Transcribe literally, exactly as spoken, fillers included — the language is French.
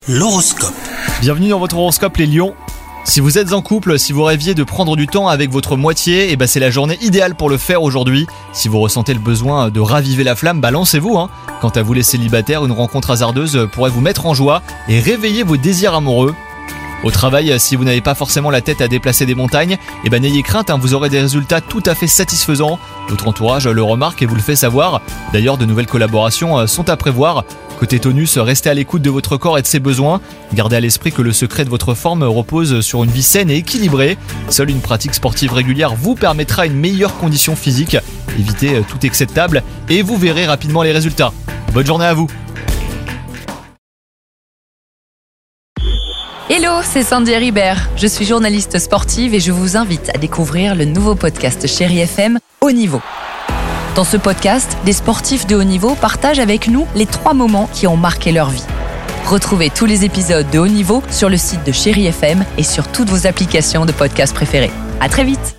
L'horoscope. Bienvenue dans votre horoscope les lions. Si vous êtes en couple, si vous rêviez de prendre du temps avec votre moitié, et ben c'est la journée idéale pour le faire aujourd'hui. Si vous ressentez le besoin de raviver la flamme, bah lancez-vous. Hein. Quant à vous les célibataires, une rencontre hasardeuse pourrait vous mettre en joie et réveiller vos désirs amoureux. Au travail, si vous n'avez pas forcément la tête à déplacer des montagnes, eh ben n'ayez crainte, hein, vous aurez des résultats tout à fait satisfaisants. Votre entourage le remarque et vous le fait savoir. D'ailleurs, de nouvelles collaborations sont à prévoir. Côté tonus, restez à l'écoute de votre corps et de ses besoins. Gardez à l'esprit que le secret de votre forme repose sur une vie saine et équilibrée. Seule une pratique sportive régulière vous permettra une meilleure condition physique. Évitez tout excès de table et vous verrez rapidement les résultats. Bonne journée à vous. Hello, c'est Sandy Ribert. Je suis journaliste sportive et je vous invite à découvrir le nouveau podcast Chérie F M, Haut Niveau. Dans ce podcast, des sportifs de haut niveau partagent avec nous les trois moments qui ont marqué leur vie. Retrouvez tous les épisodes de Haut Niveau sur le site de Chérie F M et sur toutes vos applications de podcast préférées. À très vite.